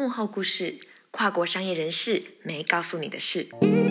幕后故事，跨国商业人士没告诉你的事。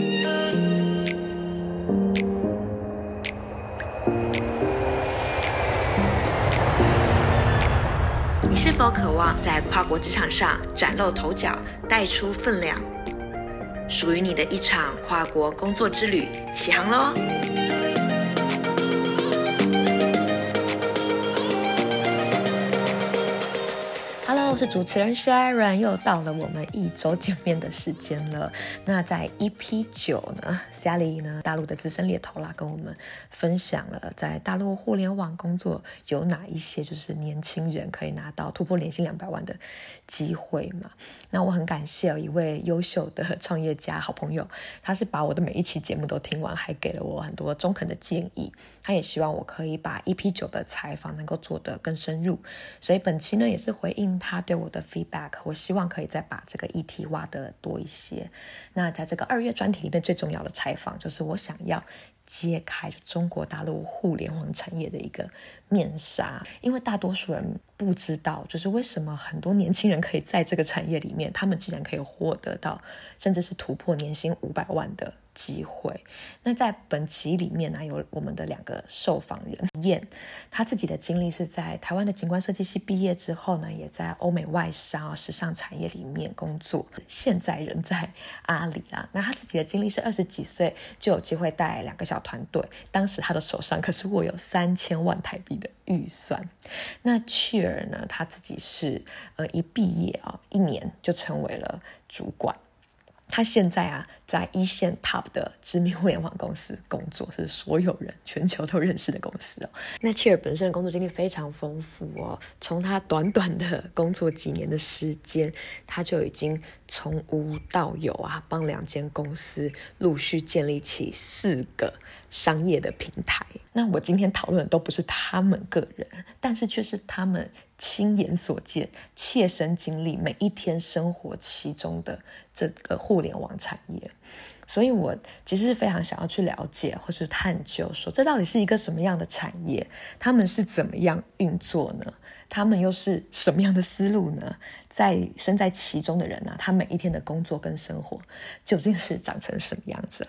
你是否渴望在跨国职场上崭露头角，带出分量？属于你的一场跨国工作之旅起航咯！Hello， 我是主持人 Sharon， 又到了我们一周见面的时间了。那在 EP9 呢 ，Sally 呢，大陆的资深猎头啦，跟我们分享了在大陆互联网工作有哪一些就是年轻人可以拿到突破年薪200万的机会嘛。那我很感谢一位优秀的创业家好朋友，他是把我的每一期节目都听完，还给了我很多中肯的建议。他也希望我可以把 EP9 的采访能够做得更深入，所以本期呢也是回应他对我的 feedback， 我希望可以再把这个议题挖得多一些。那在这个2月专题里面最重要的采访，就是我想要揭开中国大陆互联网产业的一个面纱，因为大多数人不知道，就是为什么很多年轻人可以在这个产业里面，他们竟然可以获得到甚至是突破年薪500万的机会。那在本期里面呢，有我们的2个受访人燕，他自己的经历是在台湾的景观设计系毕业之后呢，也在欧美外商时尚产业里面工作，现在人在阿里啦。那他自己的经历是20几岁就有机会带2个小团队，当时他的手上可是握有3000万台币的预算。那 Cheer 呢，他自己是一毕业1年就成为了主管。他现在在一线 top 的知名互联网公司工作，是所有人全球都认识的公司哦。那切尔本身的工作经历非常丰富哦，从他短短的工作几年的时间，他就已经从无到有帮2间公司陆续建立起4个商业的平台。那我今天讨论的都不是他们个人，但是却是他们亲眼所见、切身经历、每一天生活其中的这个互联网产业。所以我其实是非常想要去了解或是探究说，这到底是一个什么样的产业，他们是怎么样运作呢？他们又是什么样的思路呢？身在其中的人他每一天的工作跟生活究竟是长成什么样子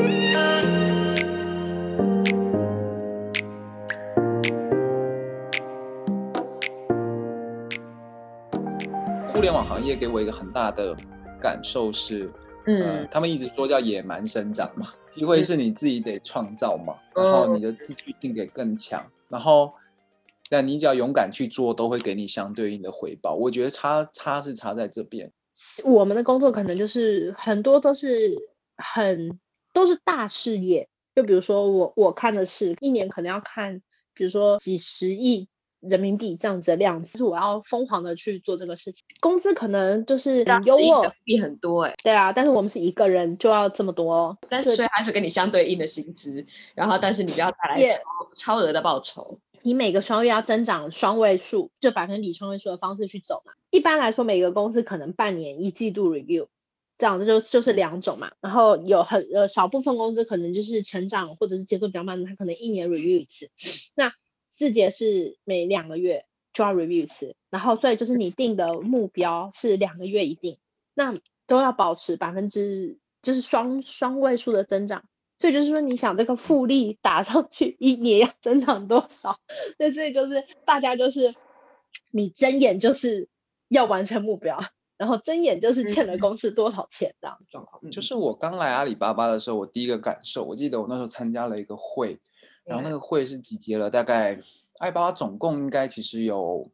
互联网行业给我一个很大的感受是，他们一直说叫野蛮生长嘛，机会是你自己得创造嘛，然后你的自律性得更强，然后但你只要勇敢去做，都会给你相对应的回报。我觉得差是差在这边。 我们的工作可能就是很多都是大事业，就比如说我看的是1年可能要看，比如说几十亿人民币这样子的量，就是我要疯狂的去做这个事情，工资可能就是优渥， 比很多对啊，但是我们是1个人就要这么多， 但是所以还是给你相对应的薪资，然后但是你不要带来超额的报酬。 你每个双月要增长双位数，就百分比双位数的方式去走嘛。一般来说，每个公司可能半年1季度 review， 这样子就是2种嘛。然后有少部分公司可能就是成长或者是节奏比较慢的，它可能1年 review 一次。那字节是每2个月就要 review 一次，然后所以就是你定的目标是2个月一定，那都要保持就是双位数的增长。所以就是说，你想这个复利打上去1年要增长多少？所以就是大家就是你睁眼就是要完成目标，然后睁眼就是欠了公司多少钱这样状况。 就是我刚来阿里巴巴的时候，我第一个感受，我记得我那时候参加了一个会，然后那个会是集结了大概阿里巴巴总共应该其实有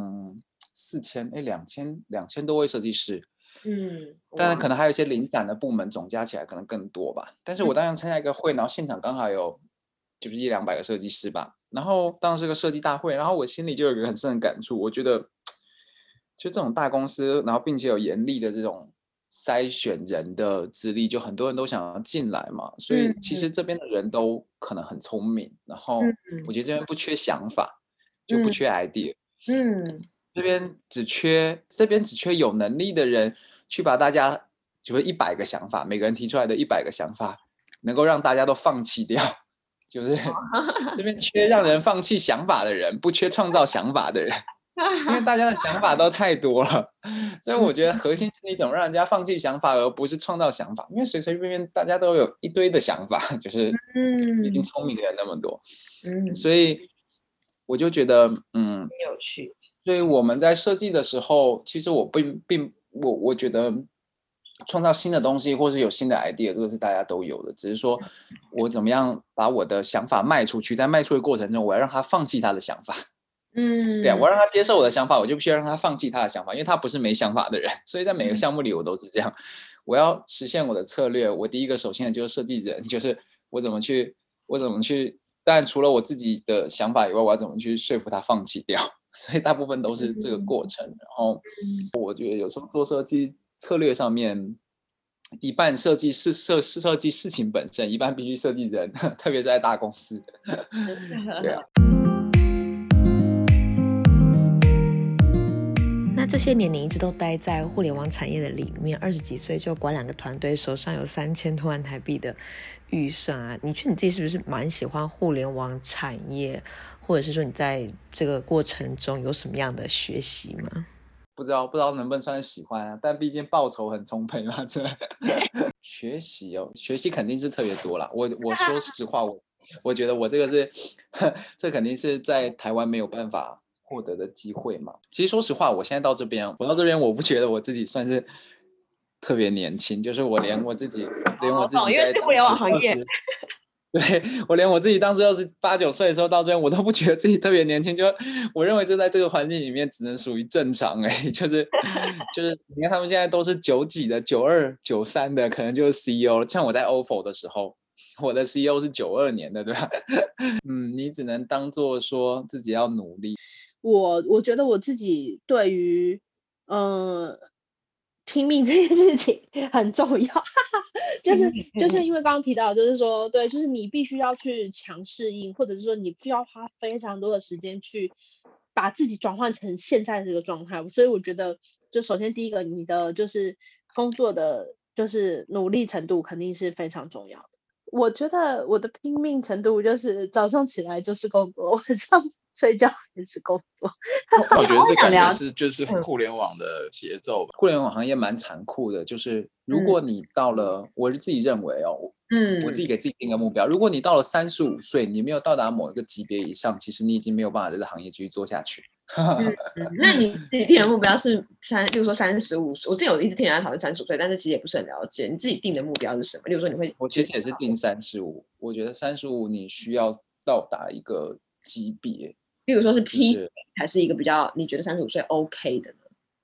2000多位设计师。但可能还有一些零散的部门，总加起来可能更多吧。但是我当时参加一个会，然后现场刚好有就是100-200个设计师吧，然后当时是个设计大会，然后我心里就有一个很深的感触，我觉得就这种大公司，然后并且有严厉的这种筛选人的资历，就很多人都想要进来嘛，所以其实这边的人都可能很聪明，然后我觉得这边不缺想法，就不缺 idea。这边只缺有能力的人去把大家就是100个想法，每个人提出来的100个想法能够让大家都放弃掉，就是这边缺让人放弃想法的人，不缺创造想法的人。 因为大家的想法都太多了，所以我觉得核心是一种让人家放弃想法，而不是创造想法。因为随随便便大家都有一堆的想法，就是一定聪明的人那么多，所以我就觉得很有趣。 所以我们在设计的时候，其实我觉得创造新的东西或是有新的 idea， 这个是大家都有的，只是说我怎么样把我的想法卖出去，在卖出的过程中，我要让他放弃他的想法。对啊，我要让他接受我的想法，我就必须要让他放弃他的想法，因为他不是没想法的人。所以在每个项目里我都是这样，我要实现我的策略，我第一个首先的就是设计人，就是我怎么去，当然除了我自己的想法以外，我要怎么去说服他放弃掉。所以大部分都是这个过程。然后我觉得有时候做设计策略上面，一半设计设计事情本身，一半必须设计人，特别是在大公司。对啊。 那这些年你一直都待在互联网产业的里面，20几岁就管2个团队，手上有3000多万台币的预算啊！你觉得你自己是不是蛮喜欢互联网产业，或者是说你在这个过程中有什么样的学习吗？ 不知道能不能算是喜欢啊，但毕竟报酬很充沛嘛，这学习肯定是特别多啦。我说实话，我觉得我这个是这肯定是在台湾没有办法获得的机会嘛。其实说实话，我现在到这边，我不觉得我自己算是特别年轻，就是我连我自己在因为是互联网行业。 对，我连我自己当时28、29岁的时候到这边，我都不觉得自己特别年轻，就我认为就在这个环境里面只能属于正常就是你看他们现在都是9几的、92、93的，可能就是 CEO 了。像我在 OFO 的时候，我的 CEO 是92年的，对吧？你只能当做说自己要努力。 我觉得我自己对于拼命这件事情很重要，就是因为刚刚提到，就是说对，就是你必须要去强适应，或者是说你需要花非常多的时间去把自己转换成现在这个状态。所以我觉得，就首先第一个，你的就是工作的就是努力程度肯定是非常重要的。我觉得我的拼命程度就是早上起来就是工作，晚上睡觉也是工作。 我觉得这感觉是就是互联网的节奏吧。 互联网行业蛮残酷的，就是如果你到了，我是自己认为我自己给自己定个目标，如果你到了35岁，你没有到达某一个级别以上，其实你已经没有办法在这行业继续做下去。 那你自己定的目标是例如说35岁，我之前有一直听人家讨论35岁，但是其实也不是很了解。你自己定的目标是什么？例如说我其实也是定35，我觉得35你需要到达一个级别。 例如说是 P 还是一个比较你觉得35岁 OK 的呢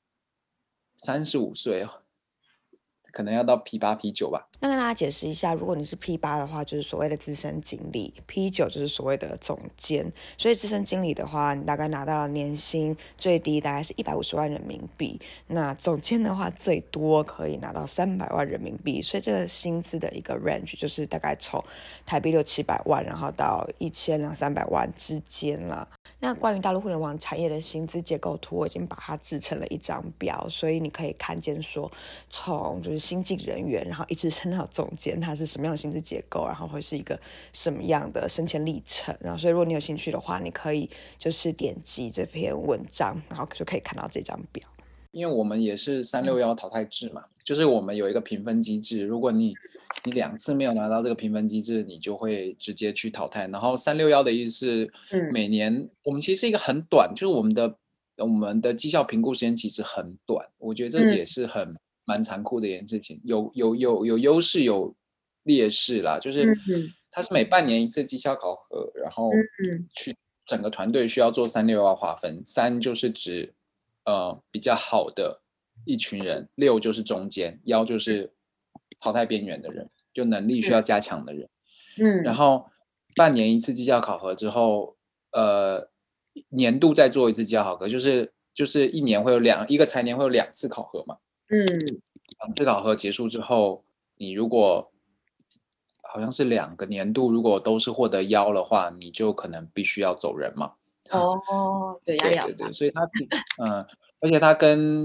？35岁可能要到 P8、P9 吧。 那跟大家解释一下，如果你是 P8 的话，就是所谓的资深经理 ；P9 就是所谓的总监。所以资深经理的话，你大概拿到年薪最低大概是150万人民币，那总监的话最多可以拿到300万人民币。所以这个薪资的一个 range 就是大概从台币600、700万，然后到1000、300万之间啦。那关于大陆互联网产业的薪资结构图，我已经把它制成了一张表，所以你可以看见说，从就是新进人员，然后一直升到总监，它是什么样的薪资结构，然后会是一个什么样的升迁历程。然后，所以如果你有兴趣的话，你可以就是点击这篇文章，然后就可以看到这张表。 因为我们也是361淘汰制嘛，就是我们有一个评分机制，如果你2次没有拿到这个评分机制，你就会直接去淘汰。然后361的意思是，每年我们其实是一个很短，就是我们的绩效评估时间其实很短，我觉得这也是蛮残酷的一件事情，有优势有劣势啦，就是它是每半年一次绩效考核，然后去整个团队需要做361划分，3就是指比较好的一群人，6就是中间，1就是淘汰边缘的人，就能力需要加强的人。然后半年一次绩效考核之后，年度再做一次绩效考核，就是一年会有一个财年会有2次考核嘛。2次考核结束之后，你如果好像是2个年度如果都是获得1的话，你就可能必须要走人嘛。 对， 对，所以而且它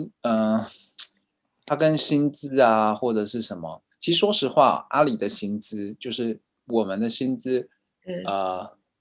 跟薪资啊或者是什么，其实说实话，阿里的薪资就是我们的薪资，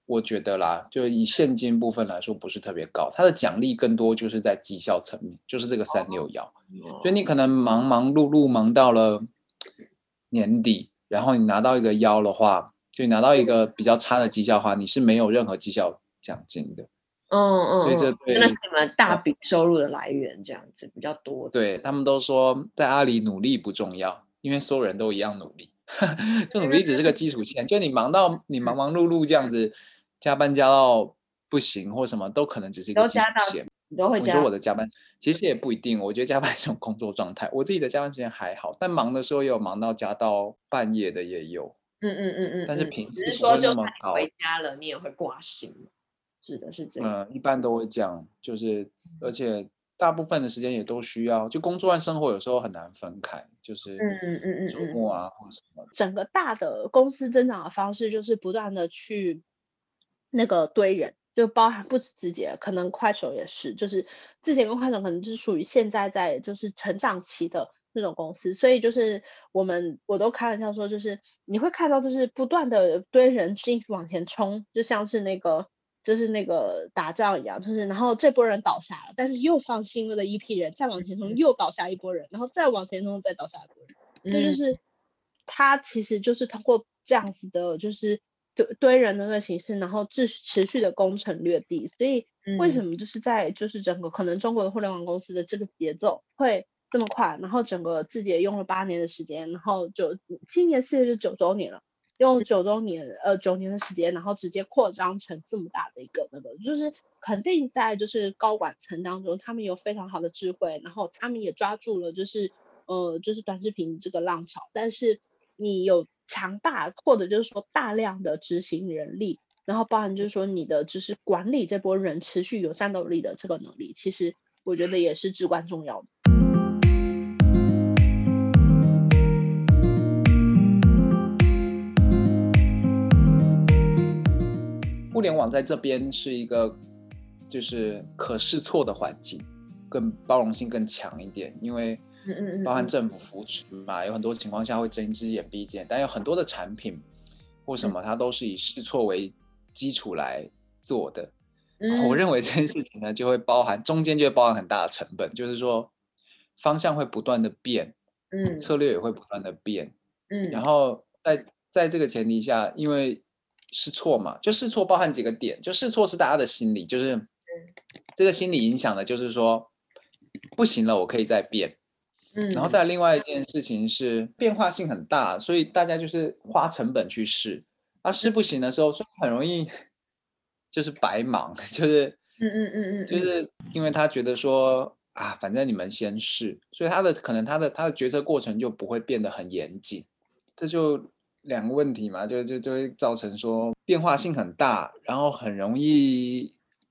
我觉得啦，就以现金部分来说不是特别高，它的奖励更多就是在绩效层面，就是这个361，所以你可能忙忙碌碌忙到了年底，然后你拿到一个1的话，就你拿到一个比较差的绩效的话，你是没有任何绩效奖金的。所以这对那是你们大笔收入的来源，这样子比较多。 对，他们都说在阿里努力不重要，因为所有人都一样努力，就努力只是个基础线，就你忙忙碌碌这样子，加班加到不行或什么都可能只是一个基础线。 你都会加？ 你说我的加班其实也不一定，我觉得加班是种工作状态，我自己的加班时间还好，但忙的时候也有忙到加到半夜的也有。但是频次不会那么高。 回家了你也会挂心，指的是这样。 一般都会这样，就是而且大部分的时间也都需要，就工作和生活有时候很难分开，就是周末啊或者什么。 整个大的公司增长的方式就是不断的去那个堆人，就包含不止字节，可能快手也是，就是字节跟快手可能就是属于现在在就是成长期的那种公司，所以就是我都开玩笑说，就是你会看到就是不断的堆人进往前冲，就像是那个打仗一样，就是然后这波人倒下了，但是又放新的一批人再往前冲，又倒下一波人，然后再往前冲再倒下一波人，这就是他其实就是通过这样子的就是堆人的那个形式，然后持续的攻城略地，所以为什么就是在就是整个可能中国的互联网公司的这个节奏会这么快，然后整个字节用了8年的时间，然后今年4月就9周年了，用9年的时间，然后直接扩张成这么大的一个那个，就是肯定在就是高管层当中，他们有非常好的智慧，然后他们也抓住了就是短视频这个浪潮，但是你有强大或者就是说大量的执行人力，然后包含就是说你的就是管理这波人持续有战斗力的这个能力，其实我觉得也是至关重要的。 互联网在这边是一个就是可试错的环境，更包容性更强一点，因为包含政府扶持嘛，有很多情况下会睁一只眼闭一只眼，但有很多的产品或什么它都是以试错为基础来做的。我认为这件事情呢就会中间就会包含很大的成本，就是说方向会不断的变，策略也会不断的变，然后在这个前提下，因为试错嘛，就试错包含几个点，就试错是大家的心理，就是这个心理影响的就是说不行了我可以再变，然后再另外一件事情是变化性很大，所以大家就是花成本去试，试不行的时候，所以很容易就是白忙，就是因为他觉得说反正你们先试，所以可能他的决策过程就不会变得很严谨，这就两个问题嘛，就会造成说变化性很大，然后很容易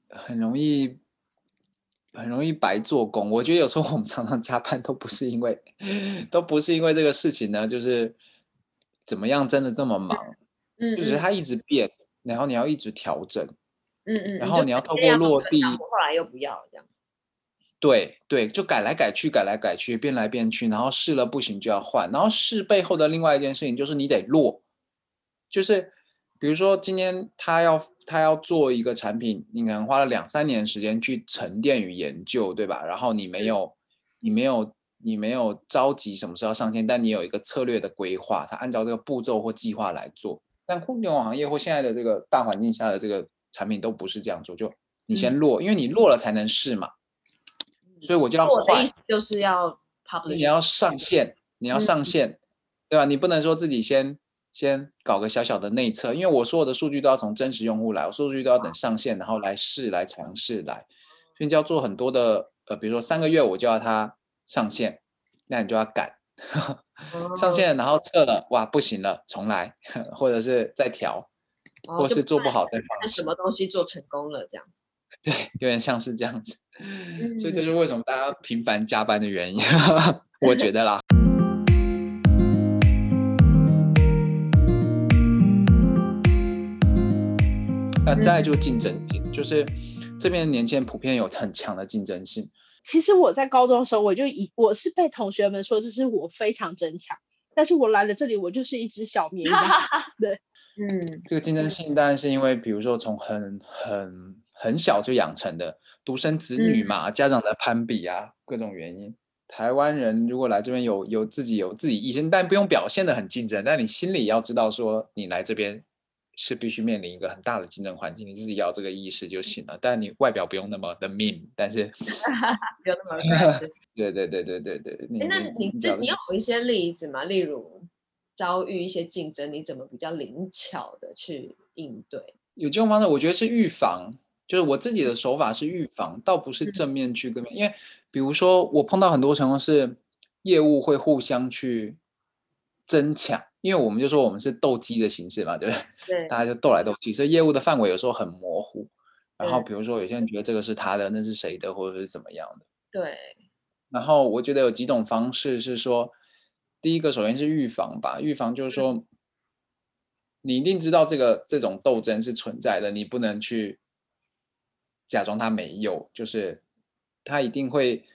白做工。我觉得有时候我们常常加班都不是因为这个事情呢，就是怎么样真的这么忙，就是它一直变，然后你要一直调整，然后你要透过落地， 后来又不要这样。 对，就改来改去，变来变去，然后试了不行就要换，然后试背后的另外一件事情就是你得落，就是比如说今天他要做一个产品，你可能花了2-3年时间去沉淀与研究，对吧？然后你没有着急什么时候上线，但你有一个策略的规划，它按照这个步骤或计划来做。但互联网行业或现在的这个大环境下的这个产品都不是这样做，就你先落，因为你落了才能试嘛。所以我就要快， 就是要 publish， 你要上线，对吧？你不能说自己先搞个小小的内测，因为我所有的数据都要从真实用户来，我数据都要等上线，然后来试、来尝试来，所以你就要做很多的比如说3个月我就要它上线，那你就要赶上线，然后测了，哇，不行了，重来，或者是再调，或者是做不好再放弃。 什么东西做成功了这样。 对，有点像是这样子，所以这就是为什么大家频繁加班的原因，我觉得啦。那再来就是竞争性，就是这边的年轻人普遍有很强的竞争性。 其实我在高中的时候，我是被同学们说这是我非常争强，但是我来了这里，我就是一只小绵羊。对， 这个竞争性当然是因为比如说从很小就养成的独生子女嘛，家长的攀比啊，各种原因。台湾人如果来这边有自己意识，但不用表现得很竞争，但你心里要知道说你来这边是必须面临一个很大的竞争环境，你自己要有这个意识就行了。但你外表不用那么的 mean， 但是不用那么 aggressive。 对。 那你有一些例子吗？例如遭遇一些竞争，你怎么比较灵巧的去应对？ 有这种方式，我觉得是预防。就是我自己的手法是预防，倒不是正面去跟别人。因为比如说我碰到很多情况是业务会互相去争抢，因为我们就说我们是斗鸡的形式嘛，对不对？ 对， 大家就斗来斗去，所以业务的范围有时候很模糊。然后比如说有些人觉得这个是他的，那是谁的，或者是怎么样的。 对。 然后我觉得有几种方式是说，第一个首先是预防吧，预防就是说，你一定知道这种斗争是存在的，你不能去假装他没有，就是他一定会，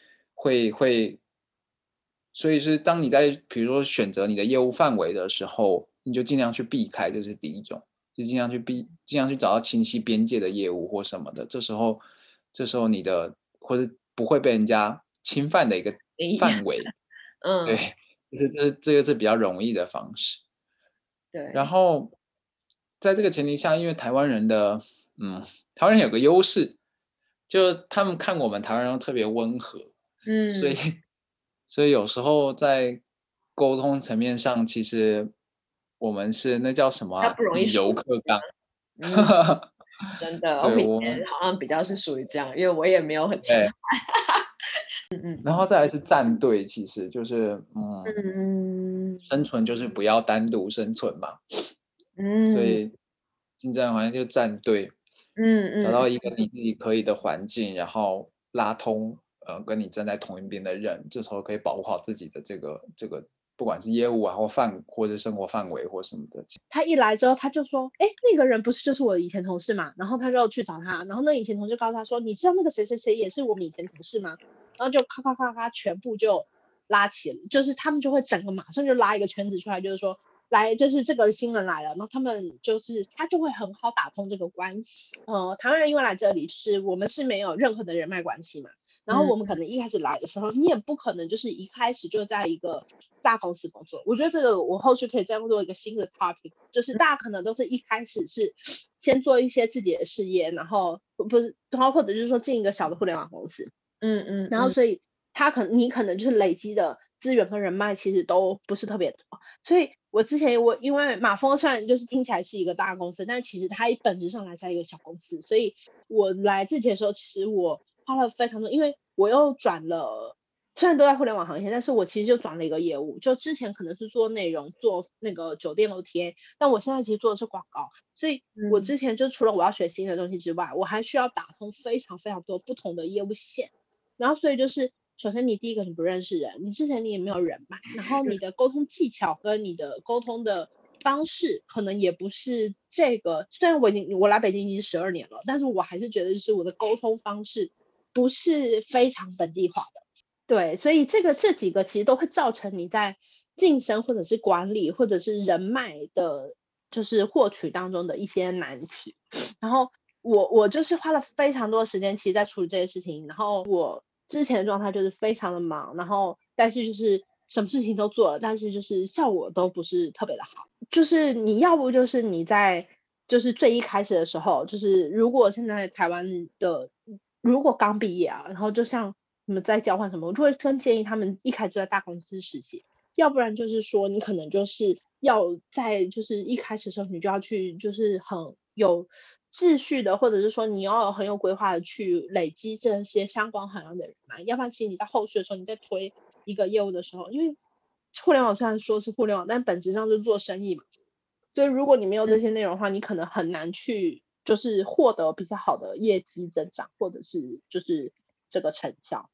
所以是当你在比如说选择你的业务范围的时候，你就尽量去避开，这是第一种，就尽量去找到清晰边界的业务或什么的，这时候你的或者不会被人家侵犯的一个范围，对，这个是比较容易的方式。 对， 然后在这个前提下，因为台湾人有个优势，就他们看我们台湾人特别温和，所以有时候在沟通层面上，其实我们是那叫什么以柔克刚。 真的， 对， 我以前好像比较是属于这样，因为我也没有很强。 然后再来是站队，其实就是生存就是不要单独生存嘛。所以竞争环境就站队，找到一个你自己可以的环境，然后拉通跟你站在同一边的人，这时候可以保护好自己的这个不管是业务啊或者生活范围或什么的。 他一来之后他就说，那个人不是就是我的以前同事嘛，然后他就去找他，然后那以前同事告诉他说，你知道那个谁谁谁也是我们以前同事吗？然后就咔全部就拉起了，就是他们就会整个马上就拉一个圈子出来，就是说来就是这个新人来了，然后他就会很好打通这个关系。台湾人因为来这里我们是没有任何的人脉关系嘛，然后我们可能一开始来的时候，你也不可能就是一开始就在一个大公司工作。我觉得这个我后续可以再做一个新的 topic， 就是大家可能都是一开始是先做一些自己的事业，然后或者是说进一个小的互联网公司，然后所以你可能就是累积的资源跟人脉其实都不是特别多。所以我之前因为马蜂虽然就是听起来是一个大公司，但其实它本质上来是一个小公司，所以我来之前的时候，其实我花了非常多，因为我又转了，虽然都在互联网行业，但是我其实就转了一个业务，就之前可能是做内容，做那个酒店 OTA， 但我现在其实做的是广告，所以我之前就除了我要学新的东西之外，我还需要打通非常非常多不同的业务线。然后所以就是首先你第一个你不认识人，你之前你也没有人脉，然后你的沟通技巧跟你的沟通的方式可能也不是这个，虽然我来北京已经12年了，但是我还是觉得就是我的沟通方式不是非常本地化的。对，所以这几个其实都会造成你在晋升或者是管理或者是人脉的就是获取当中的一些难题。然后我就是花了非常多的时间其实在处理这些事情，然后我之前的状态就是非常的忙，然后但是就是什么事情都做了，但是就是效果都不是特别的好。就是你要不就是你在就是最一开始的时候，就是如果现在台湾的如果刚毕业啊，然后就像你们在交换什么，我就会更建议他们一开始就在大公司实习，要不然就是说你可能就是要在就是一开始的时候你就要去就是很有秩序的，或者是说你要很有规划的去累积这些相关行业的人脉，要不然其实你在后续的时候你在推一个业务的时候，因为互联网虽然说是互联网，但本质上就是做生意嘛，所以如果你没有这些内容的话，你可能很难去就是获得比较好的业绩增长，或者是就是这个成效。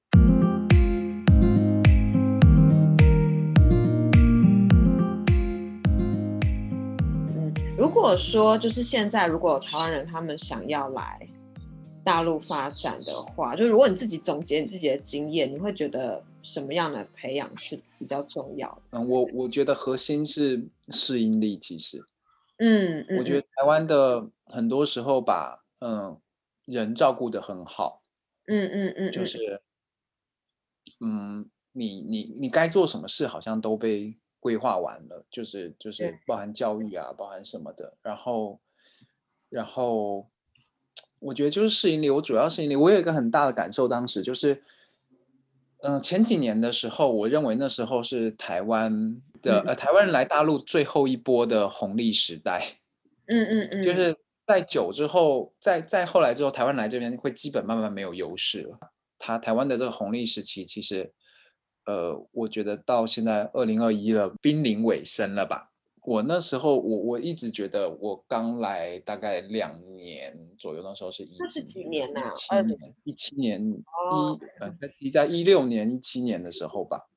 如果说就是现在如果有台湾人他们想要来大陆发展的话，就如果你自己总结你自己的经验，你会觉得什么样的培养是比较重要的？ 我觉得核心是适应力，其实我觉得台湾的很多时候把人照顾得很好，就是你该做什么事好像都被规划完了，就是包含教育啊，包含什么的，然后我觉得就是适应力，我主要适应力，我有一个很大的感受，当时就是，前几年的时候，我认为那时候是台湾台湾人来大陆最后一波的红利时代，就是在久之后，再后来之后，台湾来这边会基本慢慢没有优势了。台湾的这个红利时期，其实，我觉得到现在2021了，濒临尾声了吧。我那时候，我一直觉得，我刚来大概2年左右，那时候是那是几年呐 ？17年，在16年、17年的时候吧。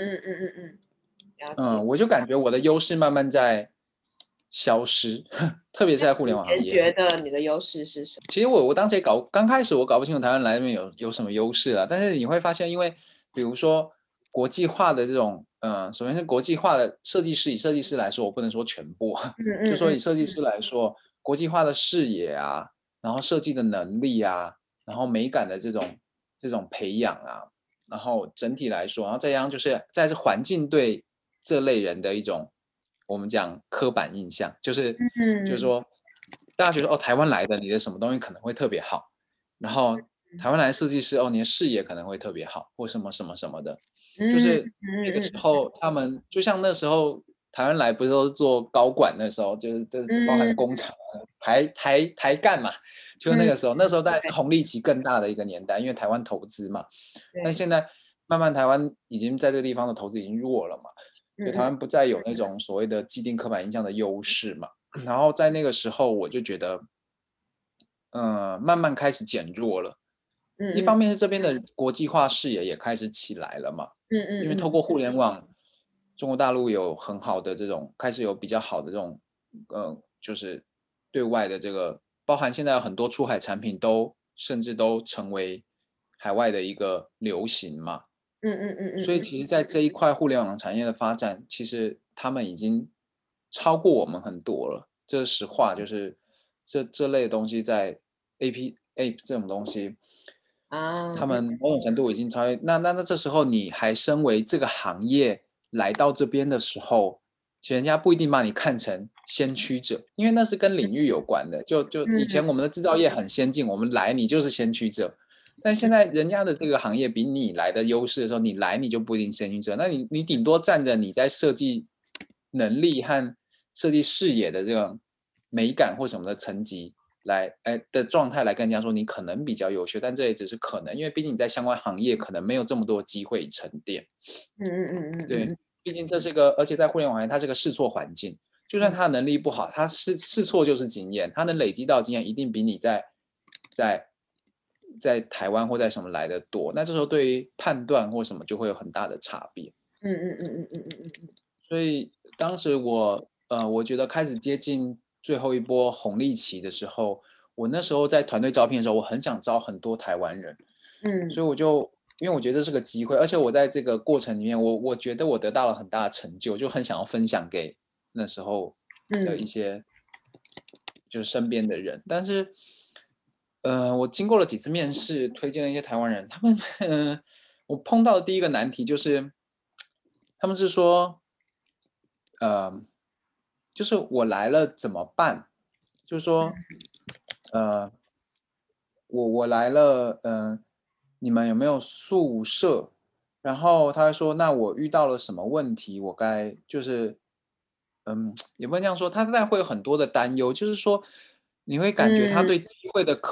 我就感觉我的优势慢慢在消失，特别是在互联网行业。 你觉得你的优势是什么？ 其实我当时也刚开始我搞不清楚台湾来这边有什么优势了，但是你会发现，因为比如说国际化的这种，首先是国际化的设计师，以设计师来说，我不能说全部，就说以设计师来说，国际化的视野啊，然后设计的能力啊，然后美感的这种培养啊，然后整体来说，然后再加上就是在这环境对这类人的一种我们讲刻板印象，就是说大家觉得哦，台湾来的你的什么东西可能会特别好，然后台湾来的设计师哦，你的视野可能会特别好，或什么什么什么的，就是那个时候他们就像那时候台湾来不是都是做高管，那时候就是包含工厂台干嘛，就那个时候，那时候在红利期更大的一个年代，因为台湾投资嘛，但现在慢慢台湾已经在这个地方的投资已经弱了嘛，所以台湾不再有那种所谓的既定刻板印象的优势嘛。然后在那个时候，我就觉得，慢慢开始减弱了。一方面是这边的国际化视野也开始起来了嘛，因为透过互联网，中国大陆有很好的这种，开始有比较好的这种，就是对外的这个，包含现在有很多出海产品甚至都成为海外的一个流行嘛。所以其实在这一块互联网产业的发展，其实他们已经超过我们很多了，这是实话，就是这类的东西在 App 这种东西，他们某种程度已经超越。那这时候你还身为这个行业来到这边的时候，其实人家不一定把你看成先驱者，因为那是跟领域有关的。就以前我们的制造业很先进，我们来你就是先驱者。但现在人家的这个行业比你来的优势的时候，你来你就不一定先驱者，那你顶多站着你在设计能力和设计视野的这种美感或什么的层级的状态来跟人家说你可能比较优秀，但这也只是可能，因为毕竟你在相关行业可能没有这么多机会沉淀。对，毕竟这是个，而且在互联网行业它是个试错环境，就算他的能力不好，他试错就是经验，他能累积到经验一定比你在台湾或在什么来的多，那这时候对于判断或什么就会有很大的差别。所以当时我觉得开始接近最后一波红利期的时候，我那时候在团队招聘的时候，我很想招很多台湾人，所以因为我觉得这是个机会，而且我在这个过程里面，我觉得我得到了很大的成就，就很想要分享给那时候的一些就是身边的人，但是。我经过了几次面试，推荐了一些台湾人，他们，我碰到的第一个难题就是，他们是说，就是我来了怎么办？就是说，我来了，你们有没有宿舍？然后他说，那我遇到了什么问题？我该就是，也不能这样说，他当然会有很多的担忧，就是说，你会感觉他对机会的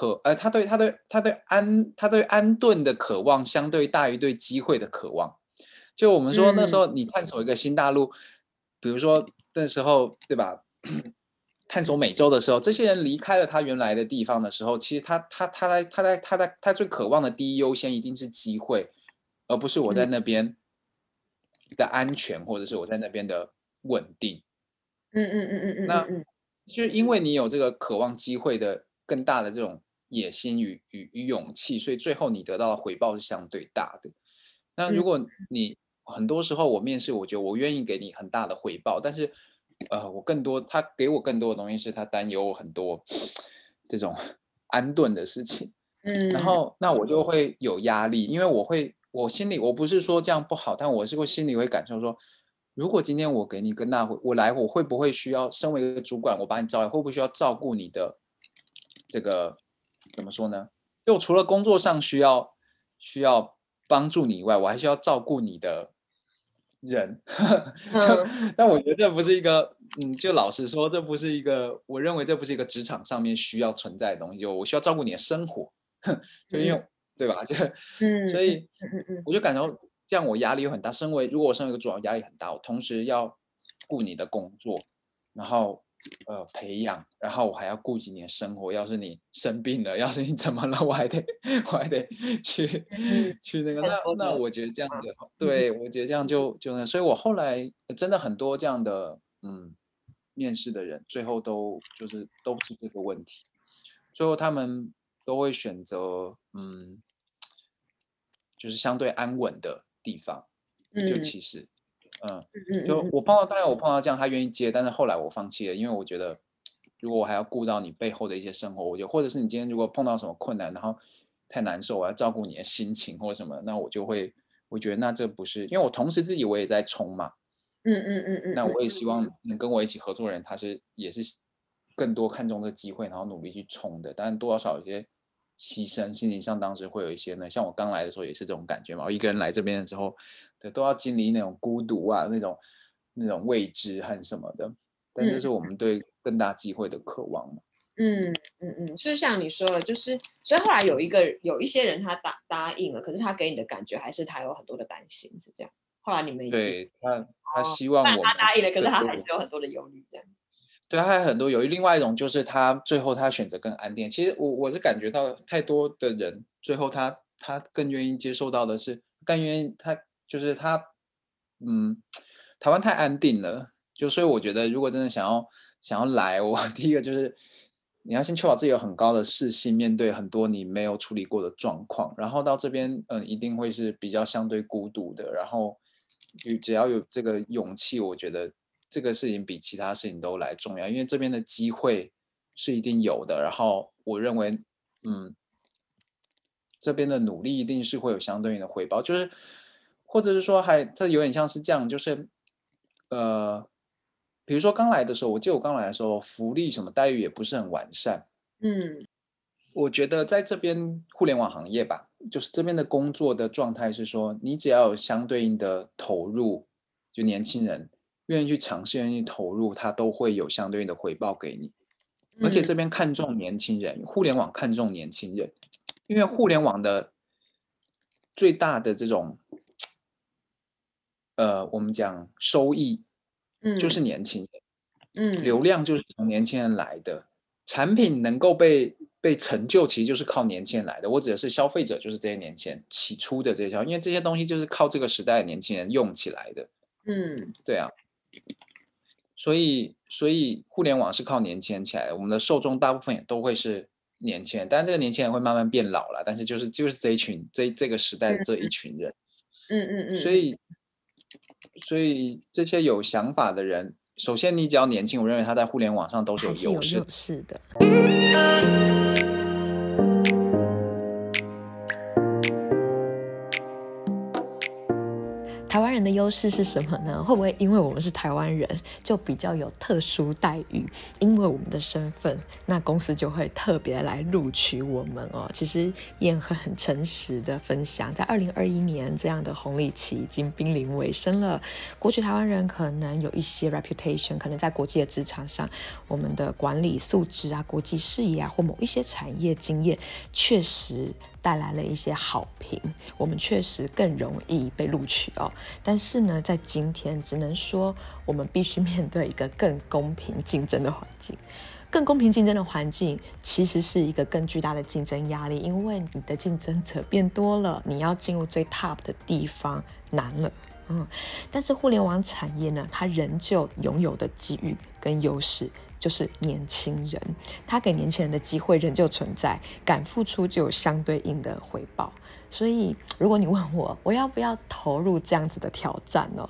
他对安顿的渴望相对大于对机会的渴望。就我们说那时候你探索一个新大陆，比如说那时候对吧？探索美洲的时候，这些人离开了他原来的地方的时候，其实他最渴望的第一优先一定是机会，而不是我在那边的安全，或者是我在那边的稳定。那就是因为你有这个渴望机会的更大的这种野心与勇气，所以最后你得到的回报是相对大的。那如果你很多时候我面试，我觉得我愿意给你很大的回报，但是他给我更多的东西是他担忧我很多这种安顿的事情，然后那我就会有压力，因为我心里我不是说这样不好，但我是会心里会感受说，如果今天我给你跟我会不会需要身为一个主管，我把你招来，会不会需要照顾你的这个怎么说呢？就除了工作上需要帮助你以外，我还需要照顾你的人。但我觉得这不是一个，就老实说，这不是一个，我认为这不是一个职场上面需要存在的东西。我需要照顾你的生活，就因为对吧？所以我就感觉这样我压力又很大。如果我身为一个主管，压力很大，我同时要顾你的工作，然后培养，然后我还要顾及你的生活。要是你生病了，要是你怎么了，我还得去那个。那我觉得这样子，对，我觉得这样就那，所以我后来真的很多这样的面试的人，最后都是这个问题，最后他们都会选择就是相对安稳的地方。就其实就当然我碰到这样他愿意接，但是后来我放弃了，因为我觉得如果我还要顾到你背后的一些生活，或者是你今天如果碰到什么困难，然后太难受，我要照顾你的心情或者什么，那我觉得那这不是，因为我同时自己我也在冲嘛。那我也希望能跟我一起合作的人，他也是更多看重这个机会，然后努力去冲的。当然多少有些牺牲，心理上当时会有一些呢。像我刚来的时候也是这种感觉嘛，我一个人来这边的时候，对，都要经历那种孤独啊，那种未知和什么的。但这是我们对更大机会的渴望嘛。 是像你说的，就是所以后来有一些人他答应了，可是他给你的感觉还是他有很多的担心，是这样。后来你们对他希望我们他答应了，可是他还是有很多的忧虑，这样。 对，他还有很多犹豫。另外一种就是最后他选择更安定。其实我是感觉到太多的人最后他更愿意接受到的是，更愿意就是台湾太安定了，所以我觉得如果真的想要来，我第一个就是你要先确保自己有很高的士气，面对很多你没有处理过的状况，然后到这边一定会是比较相对孤独的，然后只要有这个勇气，我觉得这个事情比其他事情都来重要，因为这边的机会是一定有的，然后我认为这边的努力一定是会有相对应的回报，就是或者是说这有点像是这样，就是比如说刚来的时候，我记得我刚来的时候福利什么待遇也不是很完善。我觉得在这边互联网行业吧，就是这边的工作的状态是说，你只要有相对应的投入，就年轻人愿意去尝试、愿意投入，他都会有相对应的回报给你。而且这边看重年轻人，互联网看重年轻人，因为互联网的最大的这种我们讲收益就是年轻人，流量就是从年轻人来的，产品能够被成就，其实就是靠年轻人来的。我指的是消费者，就是这些年轻人起初的这些，因为这些东西就是靠这个时代的年轻人用起来的。对啊，所以互联网是靠年轻人起来的，我们的受众大部分也都会是年轻人，但这个年轻人会慢慢变老了，但是就是这一群这个时代的这一群人。所以这些有想法的人，首先你只要年轻，我认为他在互联网上都是有优势的。 台湾人的优势是什么呢？会不会因为我们是台湾人就比较有特殊待遇？因为我们的身份，那公司就会特别来录取我们哦。其实燕很诚实的分享，在2021年这样的红利期已经濒临尾声了。过去台湾人可能有一些 reputation， 可能在国际的职场上，我们的管理素质啊、国际视野啊，或某一些产业经验，确实带来了一些好评，我们确实更容易被录取哦。但是呢，在今天只能说我们必须面对一个更公平竞争的环境。更公平竞争的环境其实是一个更巨大的竞争压力，因为你的竞争者变多了，你要进入最 top 的地方难了。但是互联网产业呢，它仍旧拥有的机遇跟优势就是年轻人，他给年轻人的机会仍旧存在，敢付出就有相对应的回报。所以如果你问我要不要投入这样子的挑战呢？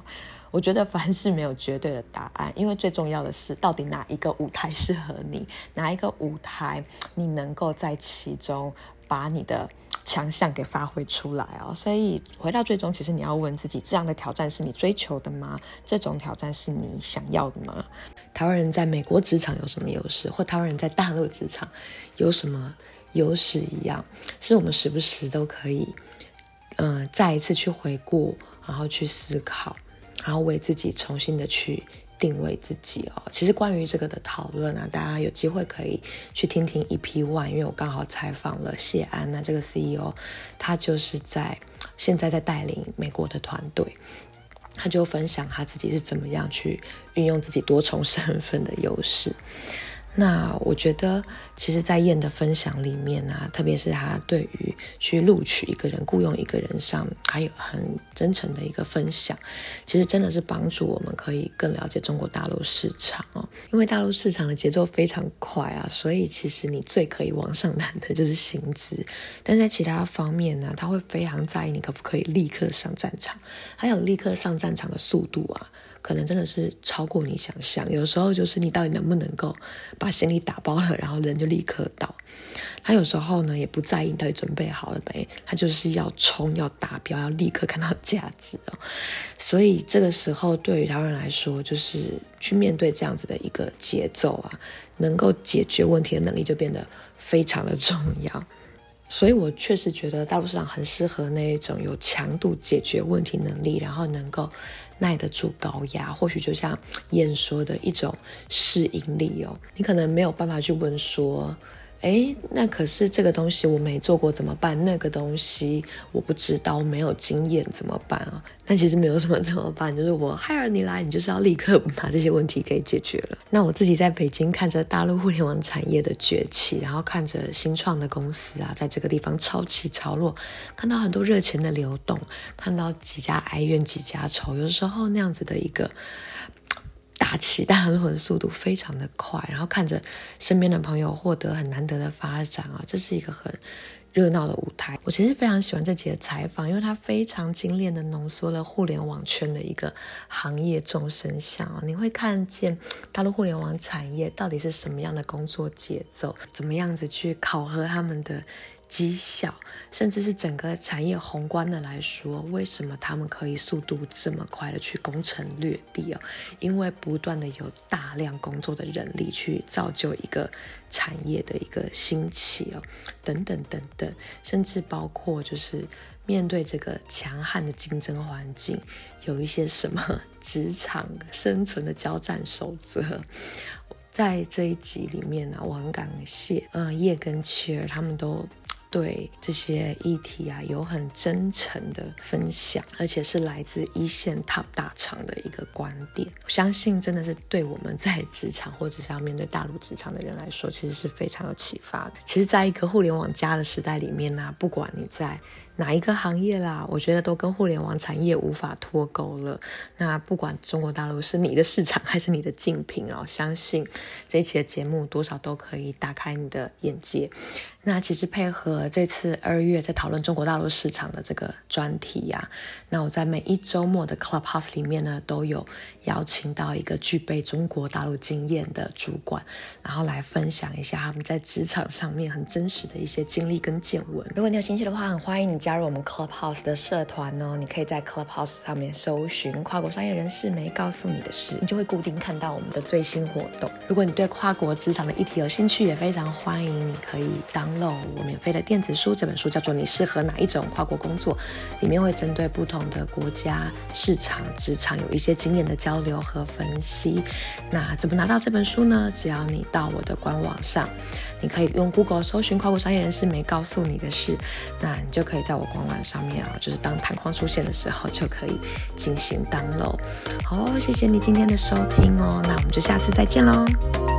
我觉得凡事没有绝对的答案，因为最重要的是到底哪一个舞台适合你，哪一个舞台你能够在其中把你的强项给发挥出来哦。所以回到最终，其实你要问自己，这样的挑战是你追求的吗？这种挑战是你想要的吗？台湾人在美国职场有什么优势，或台湾人在大陆职场有什么优势一样，是我们时不时都可以再一次去回顾，然后去思考，然后为自己重新的去定位自己哦。其实关于这个的讨论啊，大家有机会可以去听听 EP1， 因为我刚好采访了谢安这个 CEO， 他就是现在在带领美国的团队，他就分享他自己是怎么样去运用自己多重身份的优势。那我觉得其实在燕的分享里面啊，特别是他对于去录取一个人、雇佣一个人上还有很真诚的一个分享，其实真的是帮助我们可以更了解中国大陆市场哦。因为大陆市场的节奏非常快啊，所以其实你最可以往上谈的就是薪资，但在其他方面呢，他会非常在意你可不可以立刻上战场，还有立刻上战场的速度啊，可能真的是超过你想象。有时候就是你到底能不能够把行李打包了，然后人就立刻到。他有时候呢也不在意你到底准备好了没，他就是要冲，要达标，要立刻看到价值哦。所以这个时候对于台湾人来说，就是去面对这样子的一个节奏啊，能够解决问题的能力就变得非常的重要。所以我确实觉得大陆市场很适合那一种有强度解决问题能力，然后能够耐得住高压，或许就像燕说的一种适应力哦。你可能没有办法去问说，那可是这个东西我没做过怎么办？那个东西我不知道，没有经验怎么办啊？但其实没有什么怎么办，就是我 hire 你来，你就是要立刻把这些问题给解决了。那我自己在北京看着大陆互联网产业的崛起，然后看着新创的公司啊，在这个地方潮起潮落，看到很多热钱的流动，看到几家哀怨几家愁，有时候那样子的一个大起大落的速度非常的快，然后看着身边的朋友获得很难得的发展啊，这是一个很热闹的舞台。我其实非常喜欢这集的采访，因为它非常精炼的浓缩了互联网圈的一个行业众生相啊。你会看见大陆互联网产业到底是什么样的工作节奏，怎么样子去考核他们的绩效，甚至是整个产业宏观的来说，为什么他们可以速度这么快的去攻城略地哦？因为不断的有大量工作的人力去造就一个产业的一个兴起哦，等等等等，甚至包括就是面对这个强悍的竞争环境，有一些什么职场生存的交战守则。在这一集里面呢，我很感谢叶跟切尔他们都对这些议题啊有很真诚的分享，而且是来自一线 top 大厂的一个观点。我相信真的是对我们在职场或者是要面对大陆职场的人来说，其实是非常有启发的。其实在一个互联网加的时代里面呢，不管你在哪一个行业啦，我觉得都跟互联网产业无法脱钩了。那不管中国大陆是你的市场还是你的竞品哦，相信这一期的节目多少都可以打开你的眼界。那其实配合这次2月在讨论中国大陆市场的这个专题啊，那我在每一周末的 Clubhouse 里面呢，都有邀请到一个具备中国大陆经验的主管，然后来分享一下他们在职场上面很真实的一些经历跟见闻。如果你有兴趣的话，很欢迎你加入我们 Clubhouse 的社团哦。你可以在 Clubhouse 上面搜寻跨国商业人士没告诉你的事，你就会固定看到我们的最新活动。如果你对跨国职场的议题有兴趣，也非常欢迎你可以download我免费的电子书，这本书叫做《你适合哪一种跨国工作》，里面会针对不同的国家、市场、职场有一些经验的交流和分析。那怎么拿到这本书呢？只要你到我的官网上，你可以用 Google 搜寻跨国商业人士没告诉你的事，那你就可以在我官网上面啊，就是当弹框出现的时候就可以进行download。好，谢谢你今天的收听哦，那我们就下次再见咯。